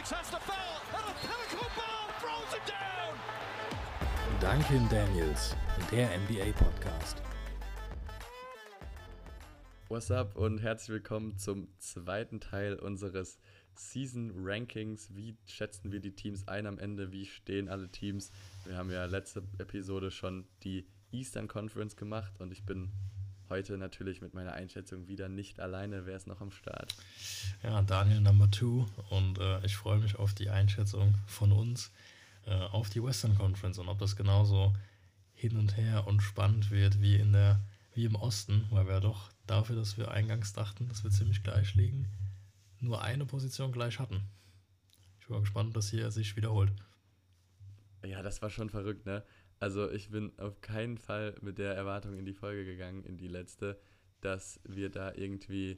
Phoenix has the foul, and a pinnacle ball throws it down. Duncan Daniels, der NBA-Podcast. What's up und herzlich willkommen zum zweiten Teil unseres Season Rankings. Wie schätzen wir die Teams ein am Ende? Wie stehen alle Teams? Wir haben ja letzte Episode schon die Eastern Conference gemacht und ich bin heute natürlich mit meiner Einschätzung wieder nicht alleine. Wer ist noch am Start? Ja, Daniel Number 2 und ich freue mich auf die Einschätzung von uns auf die Western Conference und ob das genauso hin und her und spannend wird wie im Osten, weil wir ja doch dafür, dass wir eingangs dachten, dass wir ziemlich gleich liegen, nur eine Position gleich hatten. Ich war gespannt, ob das hier sich wiederholt. Ja, das war schon verrückt, ne? Also ich bin auf keinen Fall mit der Erwartung in die Folge gegangen, in die letzte, dass wir da irgendwie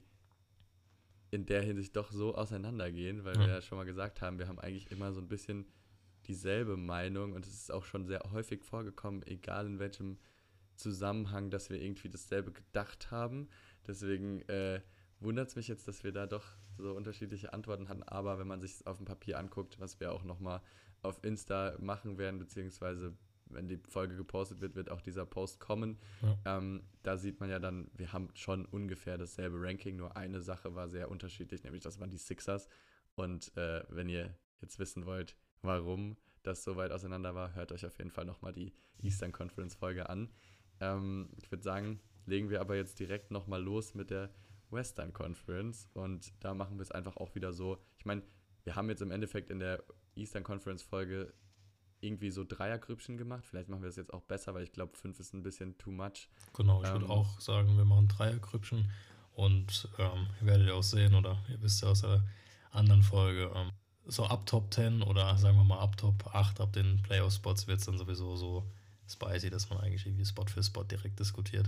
in der Hinsicht doch so auseinandergehen, weil wir ja schon mal gesagt haben, wir haben eigentlich immer so ein bisschen dieselbe Meinung und es ist auch schon sehr häufig vorgekommen, egal in welchem Zusammenhang, dass wir irgendwie dasselbe gedacht haben. Deswegen wundert es mich jetzt, dass wir da doch so unterschiedliche Antworten hatten, aber wenn man sich es auf dem Papier anguckt, was wir auch nochmal auf Insta machen werden, beziehungsweise wenn die Folge gepostet wird, wird auch dieser Post kommen. Ja. Da sieht man ja dann, wir haben schon ungefähr dasselbe Ranking, nur eine Sache war sehr unterschiedlich, nämlich das waren die Sixers. Und wenn ihr jetzt wissen wollt, warum das so weit auseinander war, hört euch auf jeden Fall nochmal die Eastern Conference Folge an. Ich würde sagen, legen wir aber jetzt direkt nochmal los mit der Western Conference und da machen wir es einfach auch wieder so. Ich meine, wir haben jetzt im Endeffekt in der Eastern Conference Folge irgendwie so Dreiergrüppchen gemacht. Vielleicht machen wir das jetzt auch besser, weil ich glaube, 5 ist ein bisschen too much. Genau, ich würde auch sagen, wir machen Dreiergrüppchen und ihr werdet ja auch sehen, oder ihr wisst ja aus der anderen Folge, so ab Top 10 oder sagen wir mal ab Top 8, ab den Playoff-Spots wird es dann sowieso so spicy, dass man eigentlich irgendwie Spot für Spot direkt diskutiert.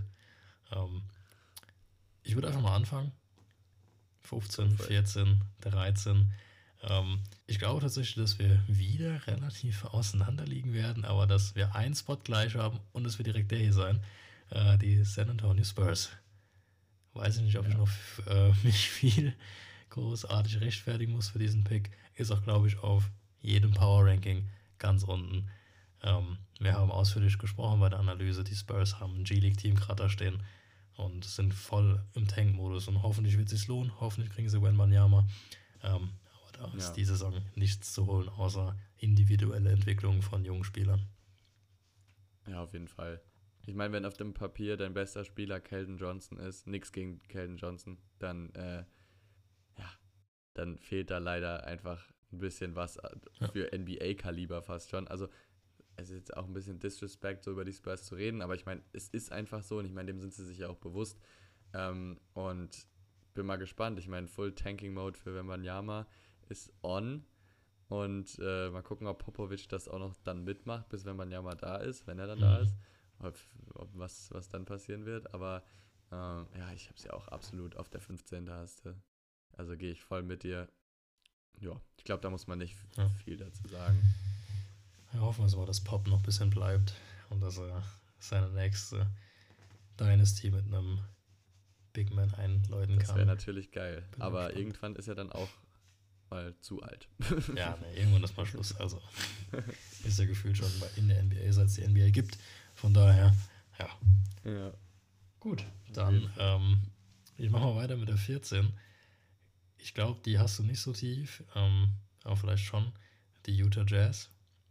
Ich würde einfach mal anfangen. 15, 14, 13. Ich glaube tatsächlich, dass wir wieder relativ auseinander liegen werden, aber dass wir einen Spot gleich haben und es wird direkt der hier sein. Die San Antonio Spurs. Weiß ich nicht, ob ich noch mich viel großartig rechtfertigen muss für diesen Pick. Ist auch, glaube ich, auf jedem Power-Ranking ganz unten. Wir haben ausführlich gesprochen bei der Analyse. Die Spurs haben ein G-League-Team gerade da stehen und sind voll im Tank-Modus. Und hoffentlich wird es sich lohnen. Hoffentlich kriegen sie Wembanyama. Aber da ist die Saison nichts zu holen, außer individuelle Entwicklung von jungen Spielern. Ja, auf jeden Fall. Ich meine, wenn auf dem Papier dein bester Spieler Keldon Johnson ist, nichts gegen Keldon Johnson, dann dann fehlt da leider einfach ein bisschen was für NBA-Kaliber fast schon. Also es ist jetzt auch ein bisschen Disrespect, so über die Spurs zu reden, aber ich meine, es ist einfach so und ich meine, dem sind sie sich ja auch bewusst. Und bin mal gespannt. Ich meine, Full Tanking Mode für Wembanyama ist on und mal gucken, ob Popovic das auch noch dann mitmacht, bis Wembanyama da ist, wenn er dann da ist. Was dann passieren wird, aber ich habe es ja auch absolut auf der 15. Da hast du. Also gehe ich voll mit dir. Ja, ich glaube, da muss man nicht viel dazu sagen. Ja, hoffen wir mal, dass Pop noch ein bisschen bleibt und dass er seine nächste Dynasty mit einem Big Man einläuten kann. Das wäre natürlich geil. Aber irgendwann ist er dann auch mal zu alt. Ja, irgendwann ist mal Schluss. Also ist er gefühlt schon in der NBA, seit es die NBA gibt. Von daher, ja. Gut, dann ich mache mal weiter mit der 14. Ich glaube, die hast du nicht so tief, aber vielleicht schon. Die Utah Jazz.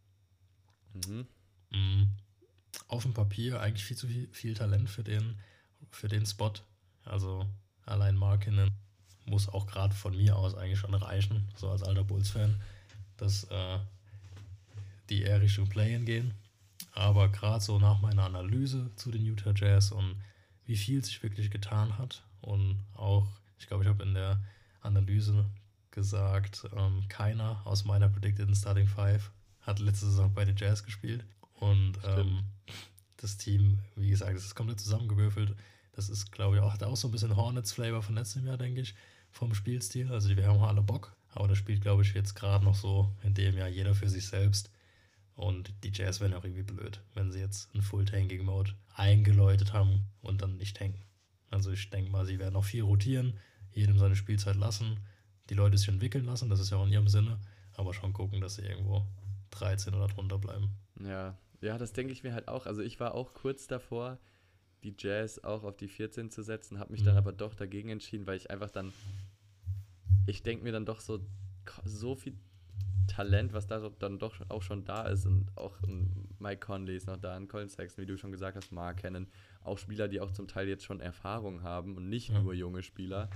Auf dem Papier eigentlich viel zu viel Talent für den Spot. Also allein Markkanen muss auch gerade von mir aus eigentlich schon reichen, so als alter Bulls-Fan, dass die eher Richtung Play-In gehen. Aber gerade so nach meiner Analyse zu den Utah Jazz und wie viel sich wirklich getan hat und auch, ich glaube, ich habe in der Analyse gesagt, keiner aus meiner Predicted Starting Five hat letzte Saison bei den Jazz gespielt und das Team, wie gesagt, es ist komplett zusammengewürfelt. Das ist, glaube ich, auch, hat auch so ein bisschen Hornets-Flavor von letztem Jahr, denke ich, vom Spielstil. Also wir haben alle Bock, aber das spielt, glaube ich, jetzt gerade noch so in dem Jahr jeder für sich selbst. Und die Jazz wären auch irgendwie blöd, wenn sie jetzt einen Full-Tanking-Mode eingeläutet haben und dann nicht tanken. Also ich denke mal, sie werden auch viel rotieren, jedem seine Spielzeit lassen, die Leute sich entwickeln lassen, das ist ja auch in ihrem Sinne. aber schon gucken, dass sie irgendwo 13 oder drunter bleiben. Ja, das denke ich mir halt auch. Also ich war auch kurz davor, die Jazz auch auf die 14 zu setzen, habe mich dann aber doch dagegen entschieden, weil ich einfach dann, ich denke mir dann doch so viel Talent, was da dann doch auch schon da ist und auch ein Mike Conley ist noch da, ein Colin Sexton, wie du schon gesagt hast, Mark Cannon, auch Spieler, die auch zum Teil jetzt schon Erfahrung haben und nicht nur junge Spieler.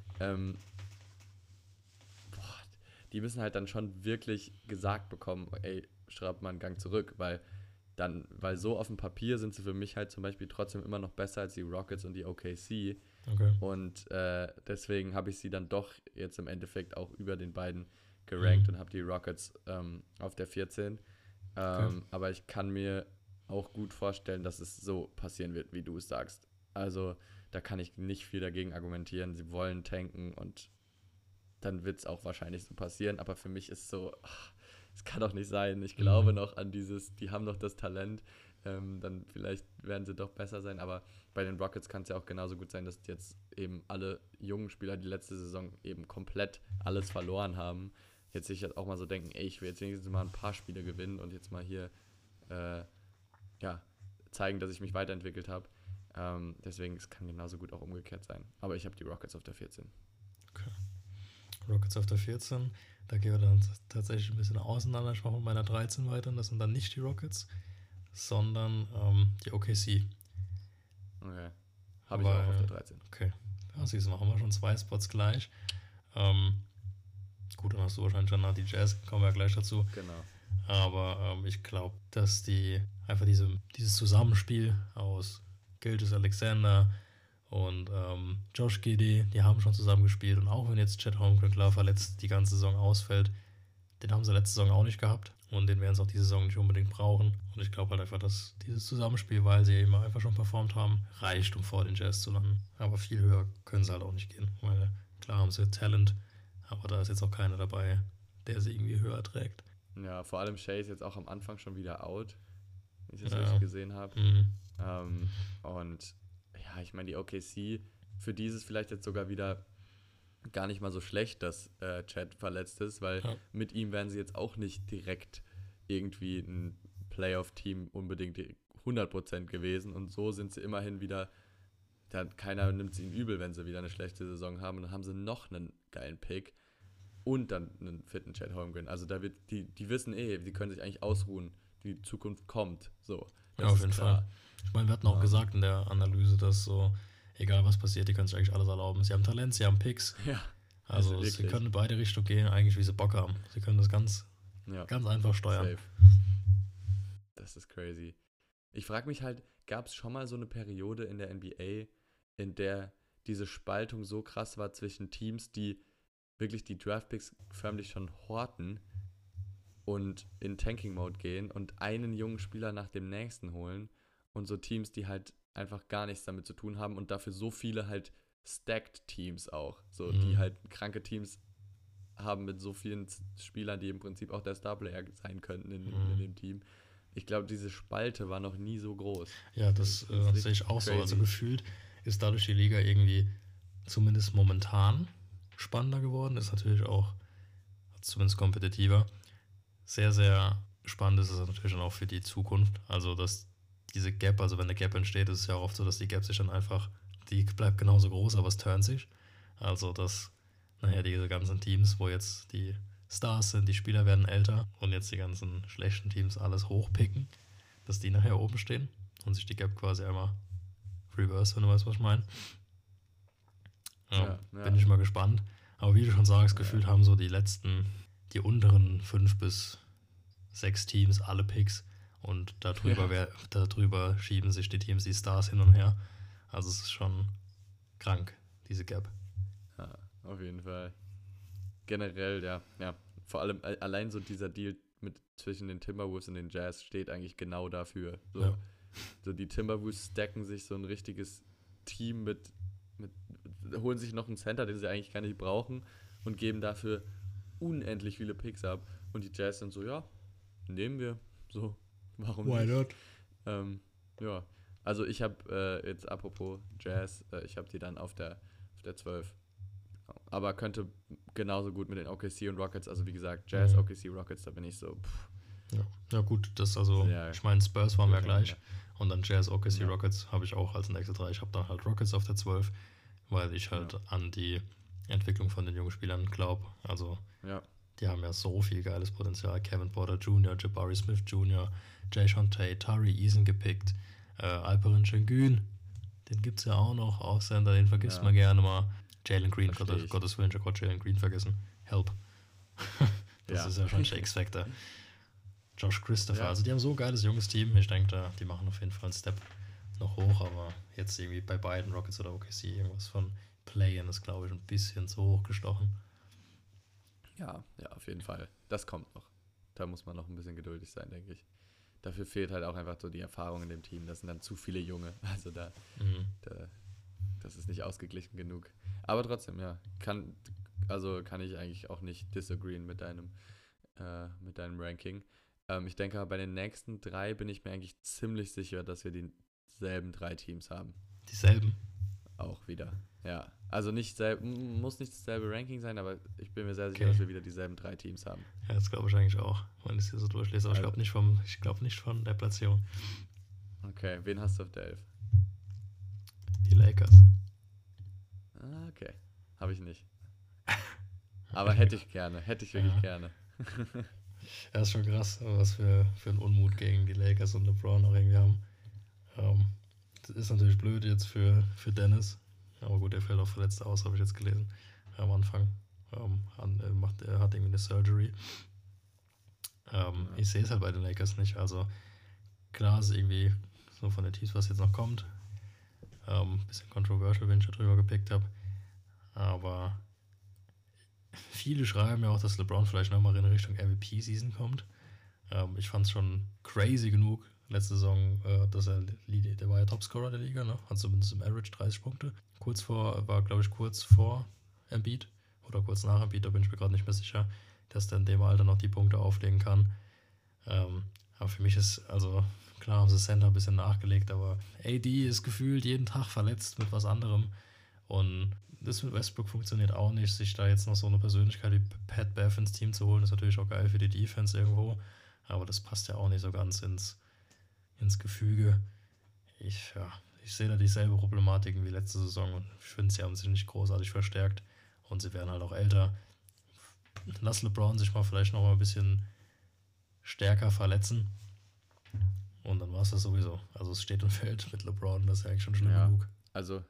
Die müssen halt dann schon wirklich gesagt bekommen, ey, schreib mal einen Gang zurück, weil so auf dem Papier sind sie für mich halt zum Beispiel trotzdem immer noch besser als die Rockets und die OKC. Okay. Und deswegen habe ich sie dann doch jetzt im Endeffekt auch über den beiden gerankt und habe die Rockets auf der 14. Okay. Aber ich kann mir auch gut vorstellen, dass es so passieren wird, wie du es sagst. Also da kann ich nicht viel dagegen argumentieren. Sie wollen tanken und dann wird es auch wahrscheinlich so passieren. Aber für mich ist so, es kann doch nicht sein. Ich glaube noch an die haben noch das Talent. Dann vielleicht werden sie doch besser sein. Aber bei den Rockets kann es ja auch genauso gut sein, dass jetzt eben alle jungen Spieler die letzte Saison eben komplett alles verloren haben. Jetzt sich jetzt auch mal so denken, ey, ich will jetzt wenigstens mal ein paar Spiele gewinnen und jetzt mal hier zeigen, dass ich mich weiterentwickelt habe. Deswegen, es kann genauso gut auch umgekehrt sein. Aber ich habe die Rockets auf der 14. Okay. Rockets auf der 14. Da gehen wir dann tatsächlich ein bisschen auseinander. Ich mache mit meiner 13 weiter. Und das sind dann nicht die Rockets, sondern die OKC. Okay. Habe ich auch auf der 13. Okay. Ja, siehst du, machen wir schon 2 Spots gleich. Gut, dann hast du wahrscheinlich schon nach die Jazz, kommen wir ja gleich dazu. Genau. Aber ich glaube, dass die einfach dieses Zusammenspiel aus Gilgeous-Alexander und Josh Giddey, die haben schon zusammen gespielt. Und auch wenn jetzt Chet Holmgren klar verletzt die ganze Saison ausfällt, den haben sie letzte Saison auch nicht gehabt. Und den werden sie auch diese Saison nicht unbedingt brauchen. Und ich glaube halt einfach, dass dieses Zusammenspiel, weil sie eben einfach schon performt haben, reicht, um vor den Jazz zu landen. Aber viel höher können sie halt auch nicht gehen. Weil klar haben sie Talent, aber da ist jetzt auch keiner dabei, der sie irgendwie höher trägt. Ja, vor allem Shea ist jetzt auch am Anfang schon wieder out, wenn ich das richtig gesehen habe. Und ja, ich meine, die OKC, für die ist es vielleicht jetzt sogar wieder gar nicht mal so schlecht, dass Chet verletzt ist, weil mit ihm wären sie jetzt auch nicht direkt irgendwie ein Playoff-Team unbedingt 100% gewesen. Und so sind sie immerhin wieder, keiner nimmt es ihnen übel, wenn sie wieder eine schlechte Saison haben. Und dann haben sie noch einen geilen Pick und dann einen fitten Chet Holmgren. Also da wird die wissen die können sich eigentlich ausruhen. Die Zukunft kommt. So, ja, auf jeden Fall. Ich meine, wir hatten auch gesagt in der Analyse, dass so, egal was passiert, die können sich eigentlich alles erlauben. Sie haben Talent, sie haben Picks. Ja. Also sie können in beide Richtungen gehen, eigentlich wie sie Bock haben. Sie können das ganz einfach steuern. Safe. Das ist crazy. Ich frage mich halt, gab es schon mal so eine Periode in der NBA, in der diese Spaltung so krass war zwischen Teams, die wirklich die Draftpicks förmlich schon horten und in Tanking-Mode gehen und einen jungen Spieler nach dem nächsten holen und so Teams, die halt einfach gar nichts damit zu tun haben und dafür so viele halt stacked Teams auch, so die halt kranke Teams haben mit so vielen Spielern, die im Prinzip auch der Starplayer sein könnten in dem Team. Ich glaube, diese Spalte war noch nie so groß. Ja, das sehe ich auch crazy. So. Also gefühlt ist dadurch die Liga irgendwie zumindest momentan spannender geworden. Ist natürlich auch zumindest kompetitiver. Sehr, sehr spannend ist es natürlich dann auch für die Zukunft. Also, dass diese Gap, also wenn eine Gap entsteht, ist es ja auch oft so, dass die Gap sich dann einfach, die bleibt genauso groß, aber es turnt sich. Also, dass nachher diese ganzen Teams, wo jetzt die Stars sind, die Spieler werden älter und jetzt die ganzen schlechten Teams alles hochpicken, dass die nachher oben stehen und sich die Gap quasi einmal reverse, wenn du weißt, was ich meine. Bin ich mal gespannt. Aber wie du schon sagst, gefühlt haben so die unteren 5 bis 6 Teams alle Picks und darüber schieben sich die Teams, die Stars hin und her. Also es ist schon krank, diese Gap. Ja, auf jeden Fall. Generell, ja. Vor allem allein so dieser Deal zwischen den Timberwolves und den Jazz steht eigentlich genau dafür. So die Timberwolves stacken sich so ein richtiges Team holen sich noch einen Center, den sie eigentlich gar nicht brauchen und geben dafür unendlich viele Picks ab. Und die Jazz sind so, ja, nehmen wir. So, warum Why nicht? Not? Also ich habe jetzt apropos Jazz, ich habe die dann auf der 12. aber könnte genauso gut mit den OKC und Rockets, also wie gesagt, Jazz, OKC, Rockets, da bin ich so, Ja gut, das also, Ja. ich meine, Spurs waren wir gleich. Ja. Und dann Jazz, OKC, Ja. Rockets habe ich auch als nächste 3. Ich habe dann halt Rockets auf der 12, weil ich halt an die Entwicklung von den jungen Spielern glaube. Also Ja. die haben ja so viel geiles Potenzial. Kevin Porter Jr., Jabari Smith Jr., Jae'Sean Tate, Tari Eason gepickt, Alperen Şengün, den gibt es ja auch noch, Aussender, den vergisst man gerne mal. Jalen Green, Gottes Willen, ich habe gerade Jalen Green vergessen. Help. Das ist ja schon der X-Factor. Josh Christopher, also die haben so ein geiles junges Team. Ich denke, die machen auf jeden Fall einen Step noch hoch, aber jetzt irgendwie bei beiden Rockets oder OKC irgendwas von Play-In ist, glaube ich, ein bisschen zu hoch gestochen. Ja, auf jeden Fall. Das kommt noch. Da muss man noch ein bisschen geduldig sein, denke ich. Dafür fehlt halt auch einfach so die Erfahrung in dem Team. Das sind dann zu viele Junge. Also das ist nicht ausgeglichen genug. Aber trotzdem, ja, kann ich eigentlich auch nicht disagreeen mit deinem Ranking. Ich denke, bei den nächsten 3 bin ich mir eigentlich ziemlich sicher, dass wir dieselben 3 Teams haben. Dieselben? Auch wieder, ja. Also muss nicht dasselbe Ranking sein, aber ich bin mir sehr sicher, dass wir wieder dieselben 3 Teams haben. Ja, das glaube ich eigentlich auch, wenn ich es hier so durchlese. Aber ich glaube nicht von der Platzierung. Okay, wen hast du auf der 11? Die Lakers. Okay, habe ich nicht. Aber hätte ich wirklich gerne. Ja, ist schon krass, was wir für einen Unmut gegen die Lakers und LeBron auch irgendwie haben. Das ist natürlich blöd jetzt für Dennis. Aber gut, er fällt auch verletzt aus, habe ich jetzt gelesen. Am Anfang. Er hat irgendwie eine Surgery. Ich sehe es halt bei den Lakers nicht. Also klar ist irgendwie so von den Teams, was jetzt noch kommt. Bisschen controversial, wenn ich da drüber gepickt habe. Aber viele schreiben ja auch, dass LeBron vielleicht nochmal in Richtung MVP-Season kommt. Ich fand es schon crazy genug letzte Saison, dass der war ja Topscorer der Liga, ne? Hat zumindest im Average 30 Punkte. War kurz vor Embiid oder kurz nach Embiid, da bin ich mir gerade nicht mehr sicher, dass der in dem Alter noch die Punkte auflegen kann. Aber für mich ist, also klar haben sie Center ein bisschen nachgelegt, aber AD ist gefühlt jeden Tag verletzt mit was anderem. Und das mit Westbrook funktioniert auch nicht. Sich da jetzt noch so eine Persönlichkeit wie Pat Bev ins Team zu holen, ist natürlich auch geil für die Defense irgendwo. Aber das passt ja auch nicht so ganz ins Gefüge. Ich sehe da dieselbe Problematiken wie letzte Saison und ich finde, sie haben sich nicht großartig verstärkt und sie werden halt auch älter. Lass LeBron sich mal vielleicht noch mal ein bisschen stärker verletzen und dann war es das sowieso. Also es steht und fällt mit LeBron, das ist ja eigentlich schon schlimm genug. Also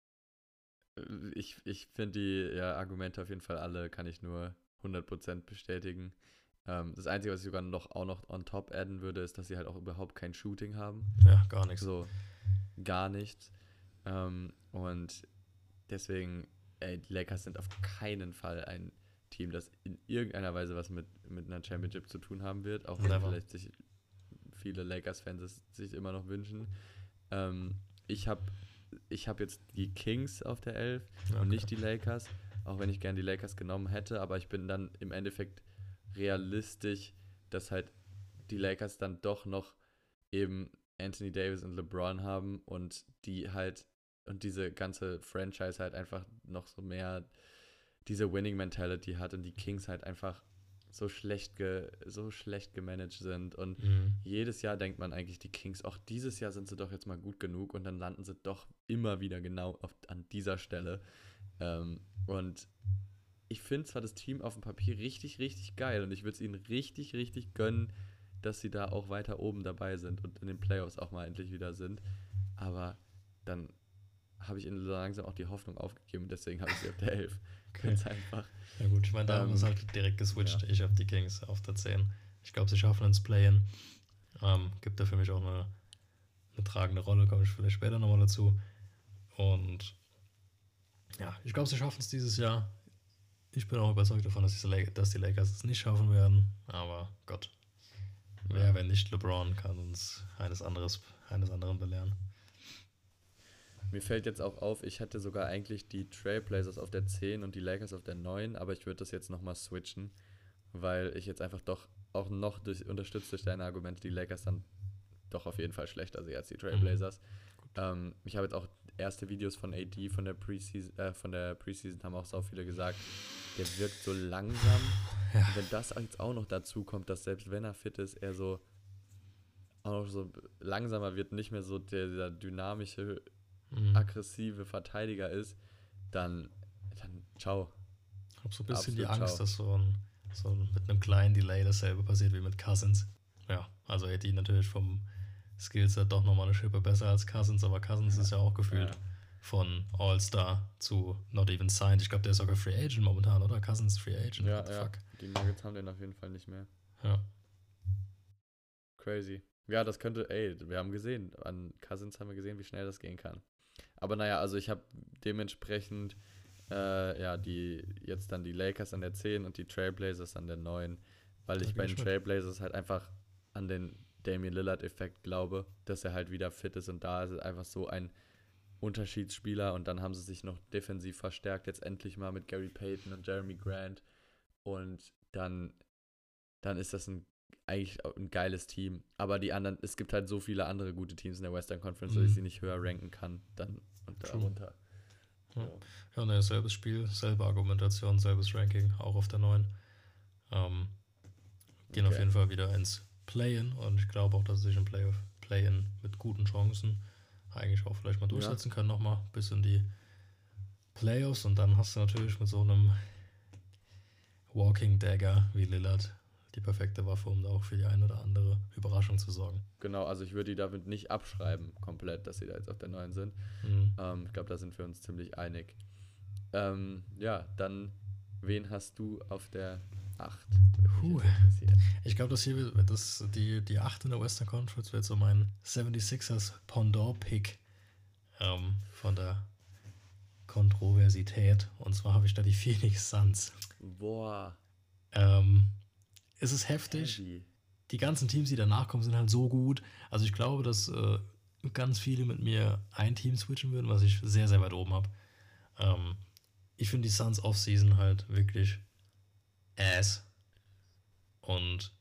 ich finde die Argumente auf jeden Fall alle, kann ich nur 100% bestätigen. Das Einzige, was ich sogar auch noch on top adden würde, ist, dass sie halt auch überhaupt kein Shooting haben. Ja, gar nichts. So, gar nichts. Und deswegen, die Lakers sind auf keinen Fall ein Team, das in irgendeiner Weise was mit einer Championship zu tun haben wird, auch wenn vielleicht sich viele Lakers-Fans es sich immer noch wünschen. Ich hab jetzt die Kings auf der 11 und nicht die Lakers, auch wenn ich gerne die Lakers genommen hätte, aber ich bin dann im Endeffekt realistisch, dass halt die Lakers dann doch noch eben Anthony Davis und LeBron haben und die halt und diese ganze Franchise halt einfach noch so mehr diese Winning-Mentality hat und die Kings halt einfach so schlecht gemanagt sind und jedes Jahr denkt man eigentlich, die Kings, auch dieses Jahr sind sie doch jetzt mal gut genug und dann landen sie doch immer wieder genau an dieser Stelle. Und ich finde zwar das Team auf dem Papier richtig, richtig geil und ich würde es ihnen richtig, richtig gönnen, dass sie da auch weiter oben dabei sind und in den Playoffs auch mal endlich wieder sind. Aber dann habe ich ihnen langsam auch die Hoffnung aufgegeben und deswegen habe ich sie auf der 11. Ganz einfach. Ja gut, ich meine, da haben wir es halt direkt geswitcht. Ich habe die Kings auf der 10. Ich glaube, sie schaffen ins Play-In. Gibt da für mich auch eine tragende Rolle, komme ich vielleicht später nochmal dazu. Und ja, ich glaube, sie schaffen es dieses Jahr. Ich bin auch überzeugt davon, dass die Lakers es nicht schaffen werden. Aber Gott, wer, wenn nicht LeBron, kann uns eines anderen belehren. Mir fällt jetzt auch auf, ich hatte sogar eigentlich die Trailblazers auf der 10 und die Lakers auf der 9, aber ich würde das jetzt nochmal switchen, weil ich jetzt einfach doch auch noch unterstützt durch deine Argumente die Lakers dann doch auf jeden Fall schlechter sehe als die Trailblazers. Ich habe jetzt auch erste Videos von AD von der Preseason haben auch so viele gesagt, der wirkt so langsam. Ja. Und wenn das jetzt auch noch dazu kommt, dass selbst wenn er fit ist, er so auch noch so langsamer wird, nicht mehr so dieser dynamische, aggressive Verteidiger ist, dann ciao. Ich habe so ein bisschen die Absolut Angst, ciao. dass so mit einem kleinen Delay dasselbe passiert wie mit Cousins. Ja, also AD natürlich vom Skillset doch nochmal eine Schippe besser als Cousins, aber Cousins ist ja auch gefühlt von All-Star zu not even signed. Ich glaube, der ist sogar Free Agent momentan, oder? Cousins Free Agent. Ja, What the fuck? die Nuggets haben den auf jeden Fall nicht mehr. Ja. Crazy. Ja, das könnte, wir haben gesehen, an Cousins haben wir gesehen, wie schnell das gehen kann. Aber naja, also ich habe dementsprechend jetzt dann die Lakers an der 10 und die Trailblazers an der 9, weil ich bei den Trailblazers halt einfach an den Damian Lillard-Effekt glaube, dass er halt wieder fit ist und da ist es einfach so ein Unterschiedsspieler und dann haben sie sich noch defensiv verstärkt, jetzt endlich mal mit Gary Payton und Jeremy Grant und dann ist das eigentlich auch ein geiles Team, aber die anderen, es gibt halt so viele andere gute Teams in der Western Conference, dass ich sie nicht höher ranken kann, dann und darunter. Ja, ne, selbes Spiel, selbe Argumentation, selbes Ranking, auch auf der 9. Gehen auf jeden Fall wieder ins Play-In und ich glaube auch, dass sie sich im Play-In mit guten Chancen eigentlich auch vielleicht mal durchsetzen können nochmal bis in die Playoffs und dann hast du natürlich mit so einem Walking Dagger wie Lillard die perfekte Waffe, um da auch für die eine oder andere Überraschung zu sorgen. Genau, also ich würde die damit nicht abschreiben komplett, dass sie da jetzt auf der 9 sind. Ich glaube, da sind wir uns ziemlich einig. Dann, wen hast du auf der 8? Ich glaube, dass hier die 8 in der Western Conference wird so mein 76ers Pendant-Pick von der Kontroversität. Und zwar habe ich da die Phoenix Suns. Boah. Es ist heftig. Heavy. Die ganzen Teams, die danach kommen, sind halt so gut. Also ich glaube, dass ganz viele mit mir ein Team switchen würden, was ich sehr, sehr weit oben habe. Ich finde die Suns Offseason halt wirklich ass. Und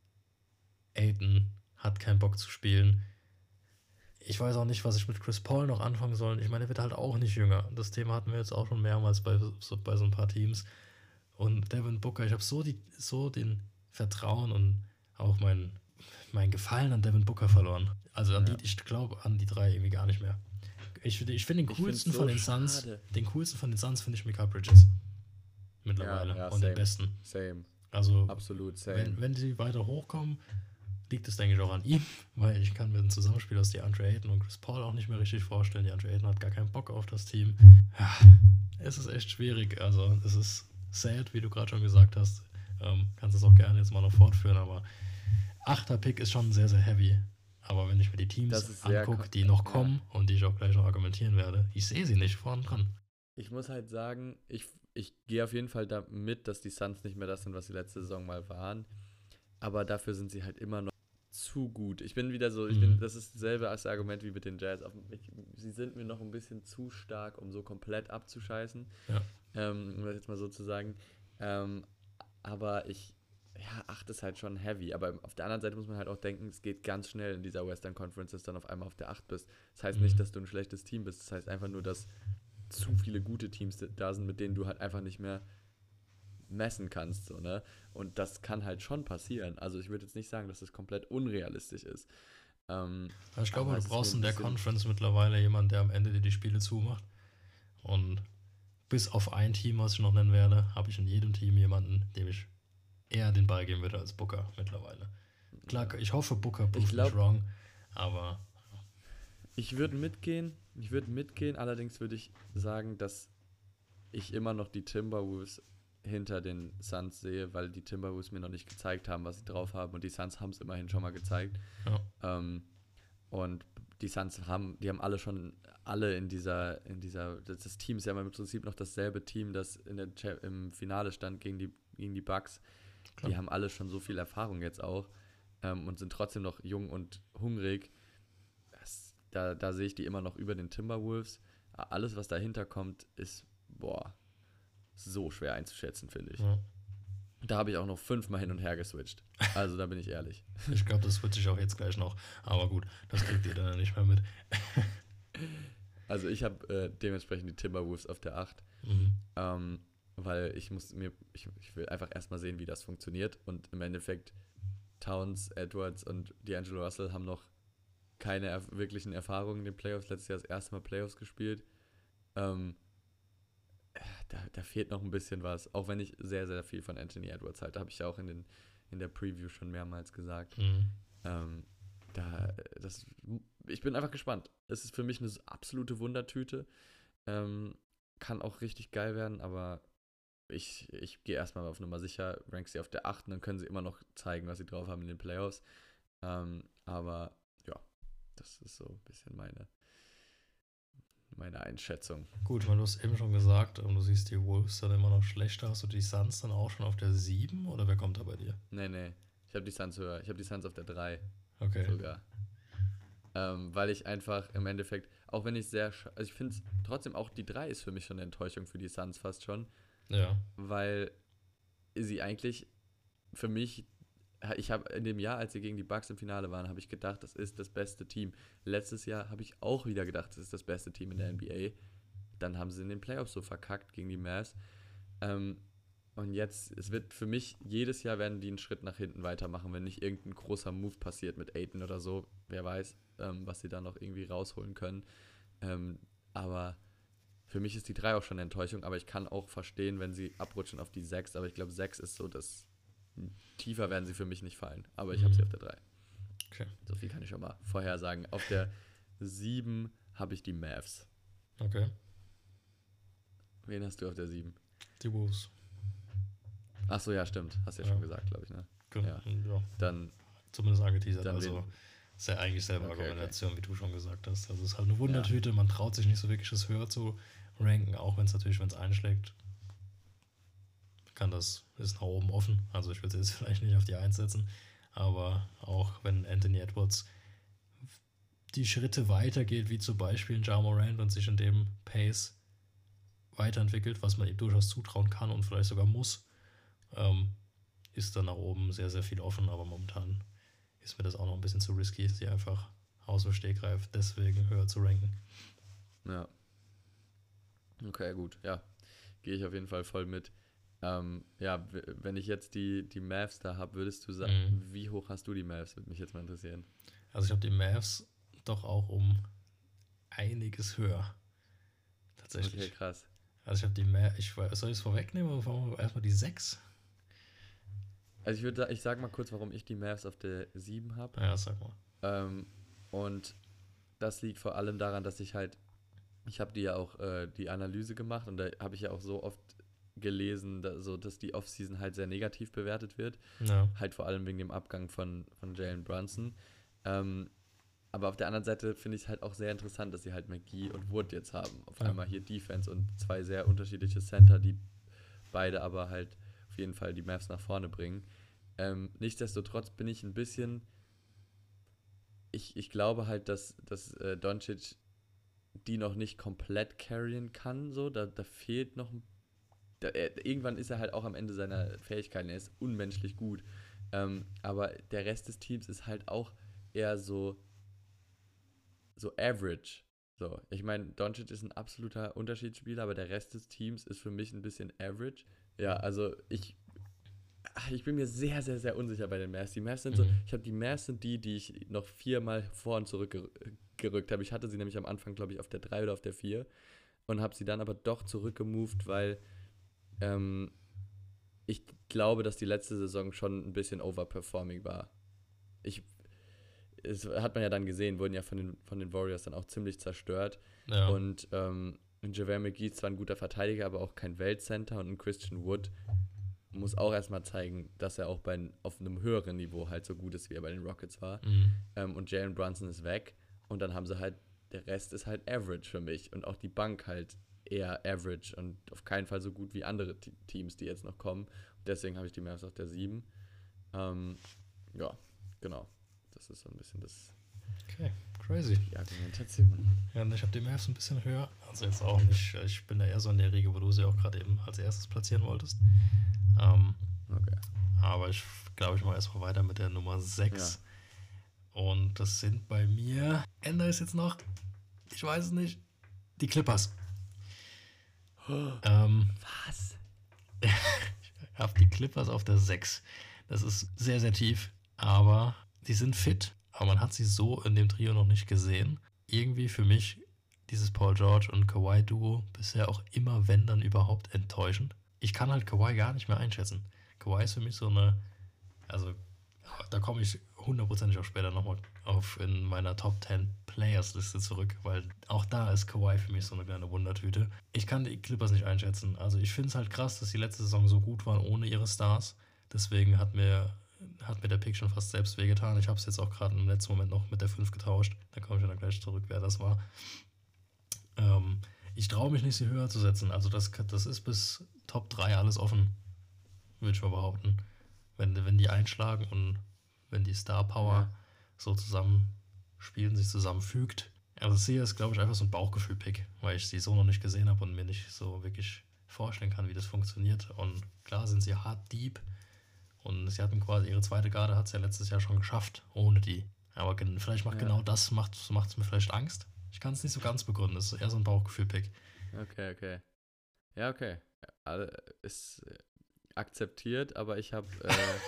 Ayton hat keinen Bock zu spielen. Ich weiß auch nicht, was ich mit Chris Paul noch anfangen soll. Ich meine, er wird halt auch nicht jünger. Das Thema hatten wir jetzt auch schon mehrmals bei so ein paar Teams. Und Devin Booker, ich habe so den Vertrauen und auch mein Gefallen an Devin Booker verloren. Also ich glaube an die 3 irgendwie gar nicht mehr. Ich finde den coolsten von den Suns finde ich Mikal Bridges. Mittlerweile. Und den besten. Same. Also absolut same. Wenn sie weiter hochkommen, liegt es, denke ich, auch an ihm, weil ich kann mir ein Zusammenspiel aus DeAndre Ayton und Chris Paul auch nicht mehr richtig vorstellen. DeAndre Ayton hat gar keinen Bock auf das Team. Ja, es ist echt schwierig. Also es ist sad, wie du gerade schon gesagt hast. Kannst es auch gerne jetzt mal noch fortführen, aber 8. Pick ist schon sehr, sehr heavy. Aber wenn ich mir die Teams angucke, die noch kommen und die ich auch gleich noch argumentieren werde, ich sehe sie nicht vorn dran. Ich muss halt sagen, ich gehe auf jeden Fall damit, dass die Suns nicht mehr das sind, was sie letzte Saison mal waren. Aber dafür sind sie halt immer noch zu gut. Ich bin wieder so, das ist dasselbe als Argument wie mit den Jazz. Sie sind mir noch ein bisschen zu stark, um so komplett abzuscheißen. Ja. Um das jetzt mal so zu sagen. Aber 8 ist halt schon heavy. Aber auf der anderen Seite muss man halt auch denken, es geht ganz schnell in dieser Western Conference, dass du dann auf einmal auf der 8 bist. Das heißt nicht, dass du ein schlechtes Team bist. Das heißt einfach nur, dass zu viele gute Teams da sind, mit denen du halt einfach nicht mehr messen kannst. So, ne? Und das kann halt schon passieren. Also ich würde jetzt nicht sagen, dass das komplett unrealistisch ist. Ich glaube, du brauchst in der Conference mittlerweile jemanden, der am Ende dir die Spiele zumacht. Und bis auf ein Team, was ich noch nennen werde, habe ich in jedem Team jemanden, dem ich eher den Ball geben würde als Booker mittlerweile. Klar, ich hoffe, Booker proved mich wrong, aber... Ich würde mitgehen, allerdings würde ich sagen, dass ich immer noch die Timberwolves hinter den Suns sehe, weil die Timberwolves mir noch nicht gezeigt haben, was sie drauf haben und die Suns haben es immerhin schon mal gezeigt. Ja. Und die Suns die haben alle in dieser, das Team ist ja im Prinzip noch dasselbe Team, das im Finale stand gegen die Bucks. Klar. Die haben alle schon so viel Erfahrung jetzt auch und sind trotzdem noch jung und hungrig. Da sehe ich die immer noch über den Timberwolves. Alles, was dahinter kommt, ist, so schwer einzuschätzen, finde ich. Ja. Da habe ich auch noch 5-mal hin und her geswitcht. Also da bin ich ehrlich. Ich glaube, das switche ich auch jetzt gleich noch. Aber gut, das kriegt ihr dann nicht mehr mit. Also ich habe dementsprechend die Timberwolves auf der 8, weil ich will einfach erstmal sehen, wie das funktioniert. Und im Endeffekt Towns, Edwards und D'Angelo Russell haben noch keine wirklichen Erfahrungen in den Playoffs. Letztes Jahr das erste Mal Playoffs gespielt. Da fehlt noch ein bisschen was. Auch wenn ich sehr, sehr viel von Anthony Edwards halte. Habe ich ja auch in der Preview schon mehrmals gesagt. Ich bin einfach gespannt. Es ist für mich eine absolute Wundertüte. Kann auch richtig geil werden, aber ich gehe erstmal auf Nummer sicher, rank sie auf der 8 und dann können sie immer noch zeigen, was sie drauf haben in den Playoffs. Aber ja, das ist so ein bisschen meine Einschätzung. Gut, weil du hast eben schon gesagt, du siehst die Wolves dann immer noch schlechter. Hast du die Suns dann auch schon auf der 7 oder wer kommt da bei dir? Nee. Ich habe die Suns höher. Ich habe die Suns auf der 3 sogar. Weil ich einfach im Endeffekt, auch wenn ich ich finde es trotzdem auch die 3 ist für mich schon eine Enttäuschung für die Suns fast schon. Ja. Weil sie eigentlich für mich, ich habe in dem Jahr, als sie gegen die Bucks im Finale waren, habe ich gedacht, das ist das beste Team. Letztes Jahr habe ich auch wieder gedacht, das ist das beste Team in der NBA. Dann haben sie in den Playoffs so verkackt gegen die Mavs. Und jetzt, es wird für mich, jedes Jahr werden die einen Schritt nach hinten weitermachen, wenn nicht irgendein großer Move passiert mit Ayton oder so. Wer weiß, was sie da noch irgendwie rausholen können. Aber für mich ist die 3 auch schon eine Enttäuschung, aber ich kann auch verstehen, wenn sie abrutschen auf die 6. Aber ich glaube, 6 ist so, dass tiefer werden sie für mich nicht fallen. Aber ich habe sie auf der 3. Okay. So viel kann ich schon mal vorher sagen. Auf der 7 habe ich die Mavs. Okay. Wen hast du auf der 7? Die Wolves. Achso, ja, stimmt. Hast ja schon gesagt, glaube ich, ne? Genau. Ja. Dann zumindest angeteasert. Dann also ist ja eigentlich selbe Okay, Argumentation, wie du schon gesagt hast. Also es ist halt eine Wundertüte, man traut sich nicht so wirklich das höher zu ranken, auch wenn es natürlich, wenn es einschlägt, ist nach oben offen. Also ich würde es jetzt vielleicht nicht auf die 1 setzen, aber auch wenn Anthony Edwards die Schritte weitergeht, wie zum Beispiel Ja Morant und sich in dem Pace weiterentwickelt, was man ihm durchaus zutrauen kann und vielleicht sogar muss, ist dann nach oben sehr, sehr viel offen, aber momentan ist mir das auch noch ein bisschen zu risky, sie einfach aus dem Stegreif deswegen höher zu ranken. Ja. Okay, gut. Ja, gehe ich auf jeden Fall voll mit. Wenn ich jetzt die Mavs da habe, würdest du sagen, wie hoch hast du die Mavs? Würde mich jetzt mal interessieren. Also ich habe die Mavs doch auch um einiges höher. Tatsächlich. Okay, krass. Also ich habe die Mavs, soll ich es vorwegnehmen oder machen wir erstmal die 6? Also ich sag mal kurz, warum ich die Mavs auf der 7 habe. Ja, sag mal. Und das liegt vor allem daran, dass ich habe die ja auch die Analyse gemacht und da habe ich ja auch so oft gelesen, dass die Offseason halt sehr negativ bewertet wird. Ja. Halt vor allem wegen dem Abgang von Jalen Brunson. Aber auf der anderen Seite finde ich es halt auch sehr interessant, dass sie halt McGee und Wood jetzt haben. Auf einmal hier Defense und 2 sehr unterschiedliche Center, die beide aber halt auf jeden Fall die Mavs nach vorne bringen. Nichtsdestotrotz bin ich ein bisschen, ich glaube halt, dass Doncic die noch nicht komplett carryen kann, so, da fehlt noch, irgendwann ist er halt auch am Ende seiner Fähigkeiten, er ist unmenschlich gut, aber der Rest des Teams ist halt auch eher so average, so, ich meine, Doncic ist ein absoluter Unterschiedsspieler, aber der Rest des Teams ist für mich ein bisschen average, ja, also ich bin mir sehr, sehr, sehr unsicher bei den Mavs. Die Mavs sind die Mavs sind die ich noch 4-mal vor und zurück gerückt habe. Ich hatte sie nämlich am Anfang, glaube ich, auf der 3 oder auf der 4 und habe sie dann aber doch zurückgemoved, weil ich glaube, dass die letzte Saison schon ein bisschen overperforming war. Es hat man ja dann gesehen, wurden ja von den Warriors dann auch ziemlich zerstört. Ja. Und JaVale McGee ist zwar ein guter Verteidiger, aber auch kein Weltcenter und ein Christian Wood muss auch erstmal zeigen, dass er auch auf einem höheren Niveau halt so gut ist, wie er bei den Rockets war. Und Jalen Brunson ist weg und dann haben sie halt, der Rest ist halt average für mich und auch die Bank halt eher average und auf keinen Fall so gut wie andere Teams, die jetzt noch kommen. Und deswegen habe ich die Mavs auf der 7. Ja, genau. Das ist so ein bisschen Okay, crazy. die Argumentation. Ja, und ich habe die Mavs ein bisschen höher. Also jetzt auch nicht, ich bin da eher so in der Riege, wo du sie auch gerade eben als erstes platzieren wolltest. Okay. Aber ich glaube, ich mache erstmal weiter mit der Nummer 6. Ja. Und das sind bei mir, ändere ich es jetzt noch? Ich weiß es nicht. Die Clippers. Was? Ich habe die Clippers auf der 6. Das ist sehr, sehr tief, aber die sind fit, aber man hat sie so in dem Trio noch nicht gesehen. Irgendwie für mich dieses Paul George und Kawhi-Duo bisher auch immer, wenn dann überhaupt, enttäuschend. Ich kann halt Kawhi gar nicht mehr einschätzen. Kawhi ist für mich so eine, also da komme ich hundertprozentig auch später nochmal auf in meiner Top 10 Players-Liste zurück, weil auch da ist Kawhi für mich so eine kleine Wundertüte. Ich kann die Clippers nicht einschätzen. Also ich finde es halt krass, dass die letzte Saison so gut waren ohne ihre Stars. Deswegen hat mir der Pick schon fast selbst wehgetan. Ich habe es jetzt auch gerade im letzten Moment noch mit der 5 getauscht. Da komme ich dann gleich zurück, wer das war. Ich traue mich nicht, sie höher zu setzen. Also das ist bis Top 3 alles offen, würde ich mal behaupten. Wenn die einschlagen und wenn die Star Power so zusammen spielen, sich zusammenfügt. Also das hier ist, glaube ich, einfach so ein Bauchgefühl-Pick, weil ich sie so noch nicht gesehen habe und mir nicht so wirklich vorstellen kann, wie das funktioniert. Und klar sind sie hart deep und sie hatten quasi ihre zweite Garde, hat es ja letztes Jahr schon geschafft, ohne die. Aber vielleicht genau das macht es mir vielleicht Angst. Ich kann es nicht so ganz begründen, das ist eher so ein Bauchgefühl-Pick. Okay. Ja, okay. Also, ist akzeptiert, aber ich habe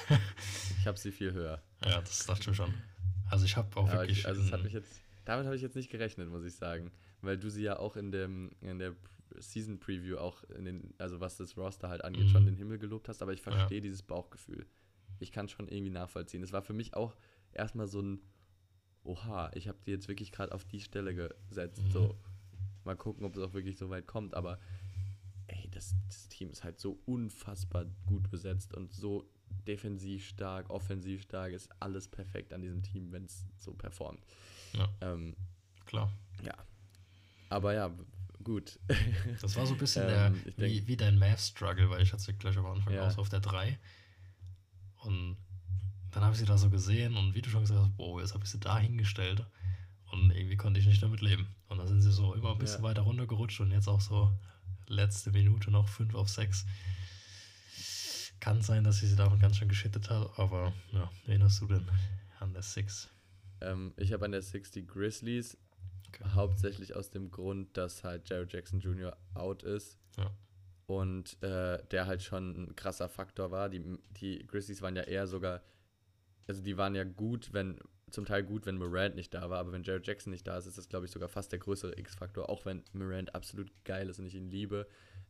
sie viel höher. Ja, das dachte ich mir schon. Also ich habe auch Aber wirklich... damit habe ich jetzt nicht gerechnet, muss ich sagen. Weil du sie ja auch in der Season Preview auch also was das Roster halt angeht, schon den Himmel gelobt hast, aber ich verstehe dieses Bauchgefühl. Ich kann es schon irgendwie nachvollziehen. Es war für mich auch erstmal so ein oha, ich habe die jetzt wirklich gerade auf die Stelle gesetzt. So, mal gucken, ob es auch wirklich so weit kommt, aber ey, das Team ist halt so unfassbar gut besetzt und so defensiv stark, offensiv stark, ist alles perfekt an diesem Team, wenn es so performt. Ja, klar. Ja, aber ja, gut. Das war so ein bisschen wie dein Math-Struggle, weil ich hatte sie gleich am Anfang auch so auf der 3 und dann habe ich sie da so gesehen und wie du schon gesagt hast, boah, jetzt habe ich sie da hingestellt und irgendwie konnte ich nicht damit leben. Und dann sind sie so immer ein bisschen weiter runtergerutscht und jetzt auch so letzte Minute noch 5 auf 6. Kann sein, dass ich sie davon ganz schön geschittet habe, aber ja, wen hast du denn an der 6? Ich habe an der 6 die Grizzlies, hauptsächlich aus dem Grund, dass halt Jared Jackson Jr. out ist. Ja. Und der halt schon ein krasser Faktor war. Die Grizzlies waren ja eher sogar, also die waren ja zum Teil gut, wenn Morant nicht da war, aber wenn Jared Jackson nicht da ist, ist das, glaube ich, sogar fast der größere X-Faktor, auch wenn Morant absolut geil ist und ich ihn liebe,